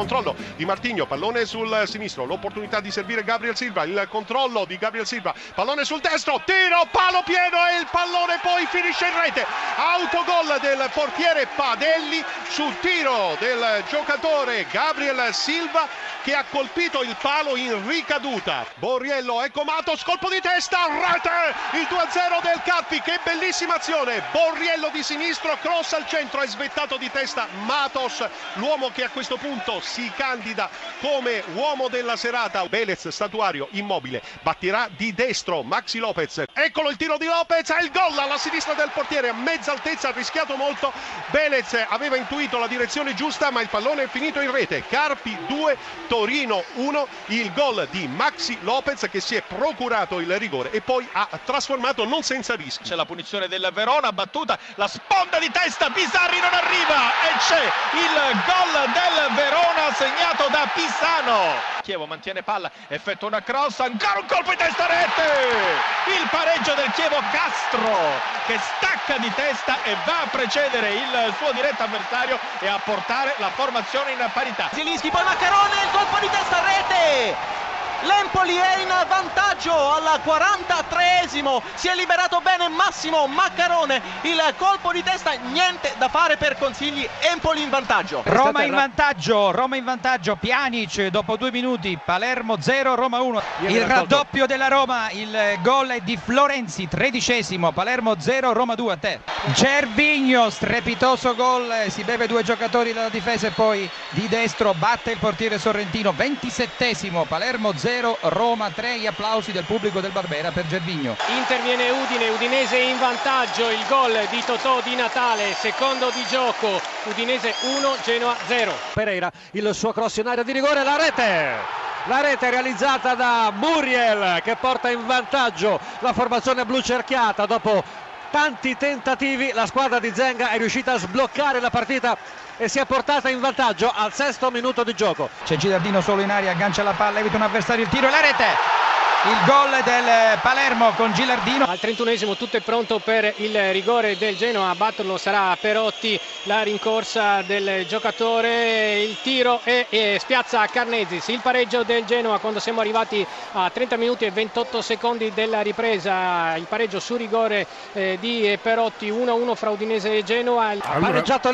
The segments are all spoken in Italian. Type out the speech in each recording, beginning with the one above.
controllo di Martinho, pallone sul sinistro, l'opportunità di servire Gabriel Silva, il controllo di Gabriel Silva, pallone sul destro, tiro, palo pieno e il pallone poi finisce in rete. Autogol del portiere Padelli sul tiro del giocatore Gabriel Silva che ha colpito il palo in ricaduta. Borriello, ecco Matos, colpo di testa, rete, il 2-0 del Carpi, che bellissima azione. Borriello di sinistro, cross al centro, è svettato di testa Matos, l'uomo che a questo punto si candida come uomo della serata. Velez, statuario, immobile, batterà di destro Maxi Lopez, eccolo il tiro di Lopez, è il gol alla sinistra del portiere, a mezza altezza, ha rischiato molto. Velez aveva intuito la direzione giusta, ma il pallone è finito in rete. Carpi 2, Torino 1, il gol di Maxi Lopez che si è procurato il rigore e poi ha trasformato non senza rischi. C'è la punizione del Verona, battuta, la sponda di testa, Bizzarri non arriva e c'è il gol del Verona segnato da Pisano. Chievo mantiene palla, effettua una cross, ancora un colpo di testa, rete! Il pareggio del Chievo, Castro che stacca di testa e va a precedere il suo diretto avversario e a portare la formazione in parità. Zielinski, poi Maccarone, il colpo di testa, rete! L'Empoli è in vantaggio al 43esimo, si è liberato bene Massimo Maccarone, il colpo di testa, niente da fare per Consigli, Empoli in vantaggio. Roma in vantaggio, Pjanic dopo 2 minuti, Palermo 0, Roma 1. Il raddoppio della Roma, il gol è di Florenzi, 13esimo, Palermo 0, Roma 2, a te. Gervinho, strepitoso gol, si beve 2 giocatori dalla difesa e poi di destro batte il portiere sorrentino, 27esimo, Palermo 0, Roma 3, gli applausi del pubblico del Barbera per Gervinho. Interviene Udinese in vantaggio, il gol di Totò Di Natale, secondo di gioco, Udinese 1, Genoa 0. Pereira, il suo cross in area di rigore, la rete realizzata da Muriel che porta in vantaggio la formazione blu cerchiata. Dopo tanti tentativi la squadra di Zenga è riuscita a sbloccare la partita e si è portata in vantaggio al 6° minuto di gioco. C'è Gilardino solo in aria, aggancia la palla, evita un avversario, il tiro e la rete! Il gol del Palermo con Gilardino. Al 31esimo tutto è pronto per il rigore del Genoa, a batterlo sarà Perotti, la rincorsa del giocatore, il tiro e spiazza Carnezis. Il pareggio del Genoa quando siamo arrivati a 30 minuti e 28 secondi della ripresa, il pareggio su rigore di Perotti, 1-1 fra Udinese e Genoa. Ha pareggiato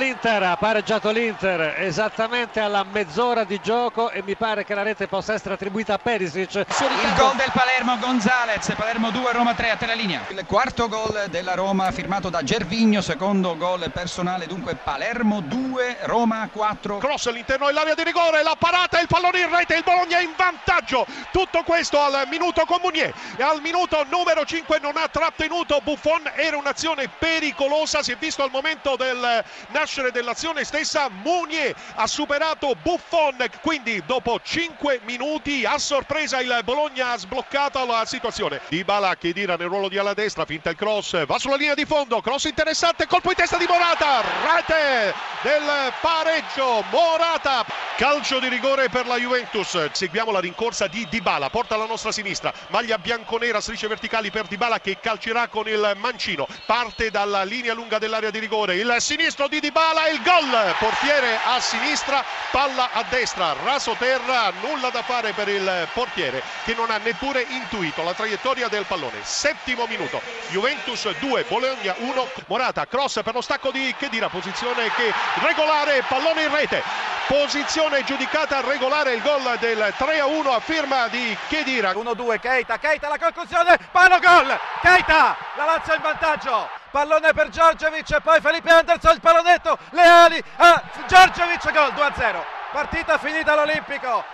l'Inter esattamente alla mezz'ora di gioco e mi pare che la rete possa essere attribuita a Perisic. Il gol del Palermo, Gonzalez, Palermo 2, Roma 3, a te la linea. Il quarto gol della Roma firmato da Gervinho, secondo gol personale, dunque Palermo 2, Roma 4. Cross all'interno dell'area di rigore, la parata e il pallone in rete, il Bologna in vantaggio. Tutto questo al minuto con Mounier e al minuto numero 5 non ha trattenuto Buffon, era un'azione pericolosa, si è visto al momento del nascere dell'azione stessa, Mounier ha superato Buffon, quindi dopo 5 minuti a sorpresa il Bologna ha sbloccato la situazione. Dybala che tira nel ruolo di ala destra, finta il cross, va sulla linea di fondo, cross interessante, colpo di testa di Morata, rete del pareggio, Morata, calcio di rigore per la Juventus. Seguiamo la rincorsa di Dybala, porta alla nostra sinistra, maglia bianconera, strisce verticali per Dybala che calcerà con il mancino, parte dalla linea lunga dell'area di rigore, il sinistro di Dybala, il gol, portiere a sinistra, palla a destra, raso terra, nulla da fare per il portiere che non ha neppure intuito la traiettoria del pallone. 7° minuto, Juventus 2, Bologna 1, Morata, cross per lo stacco di Khedira, posizione che regolare, pallone in rete, posizione giudicata regolare, il gol del 3-1 a firma di Khedira. 1-2, Keita, la conclusione, palo gol, Keita, la Lazio in vantaggio, pallone per Djordjevic e poi Felipe Anderson, il pallonetto, le ali a Djordjevic, gol, 2-0, partita finita all'Olimpico.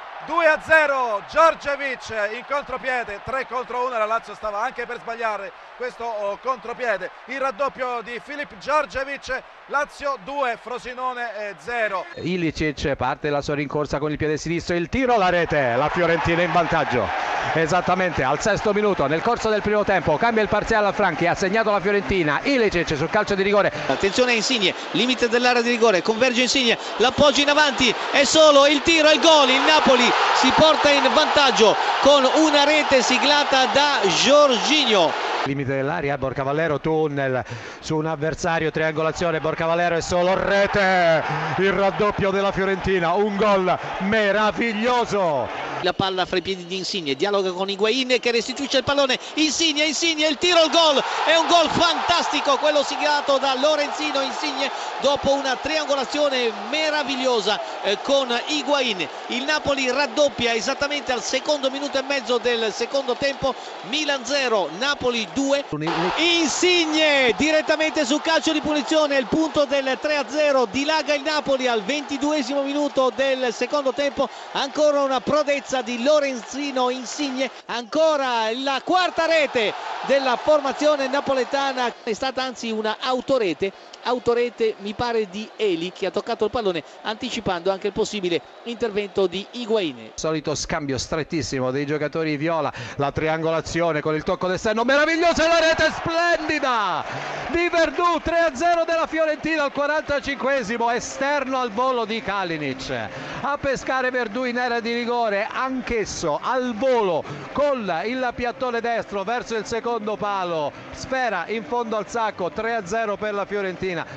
2-0, Djordjevic in contropiede, 3-1, la Lazio stava anche per sbagliare questo contropiede, il raddoppio di Filip Djordjevic, Lazio 2, Frosinone 0. Ilicic parte la sua rincorsa con il piede sinistro, il tiro, la rete, la Fiorentina in vantaggio. Esattamente al 6° minuto, nel corso del primo tempo, cambia il parziale a Franchi, ha segnato la Fiorentina, Ilicic sul calcio di rigore. Attenzione a Insigne, limite dell'area di rigore, converge Insigne, l'appoggio in avanti, è solo il tiro, il gol, il Napoli si porta in vantaggio con una rete siglata da Jorginho. Limite dell'area, Borcavallero, tunnel su un avversario, triangolazione, Borcavallero è solo rete, il raddoppio della Fiorentina, un gol meraviglioso. La palla fra i piedi di Insigne, dialoga con Higuain che restituisce il pallone, Insigne, il tiro, il gol, è un gol fantastico quello siglato da Lorenzino Insigne dopo una triangolazione meravigliosa con Higuain. Il Napoli raddoppia esattamente al secondo minuto e mezzo del secondo tempo, Milan 0, Napoli 2. Insigne direttamente su calcio di punizione, il punto del 3-0, dilaga il Napoli al 22esimo minuto del secondo tempo, ancora una prodezza di Lorenzino Insigne, ancora la quarta rete della formazione napoletana, è stata anzi una autorete mi pare di Eli, che ha toccato il pallone anticipando anche il possibile intervento di Higuain. Solito scambio strettissimo dei giocatori viola, la triangolazione con il tocco d'esterno meravigliosa e la rete splendida di Verdù, 3-0 della Fiorentina al 45esimo, esterno al volo di Kalinic a pescare Verdù in area di rigore, anch'esso al volo con il piattone destro verso il secondo palo, sfera in fondo al sacco, 3-0 per la Fiorentina.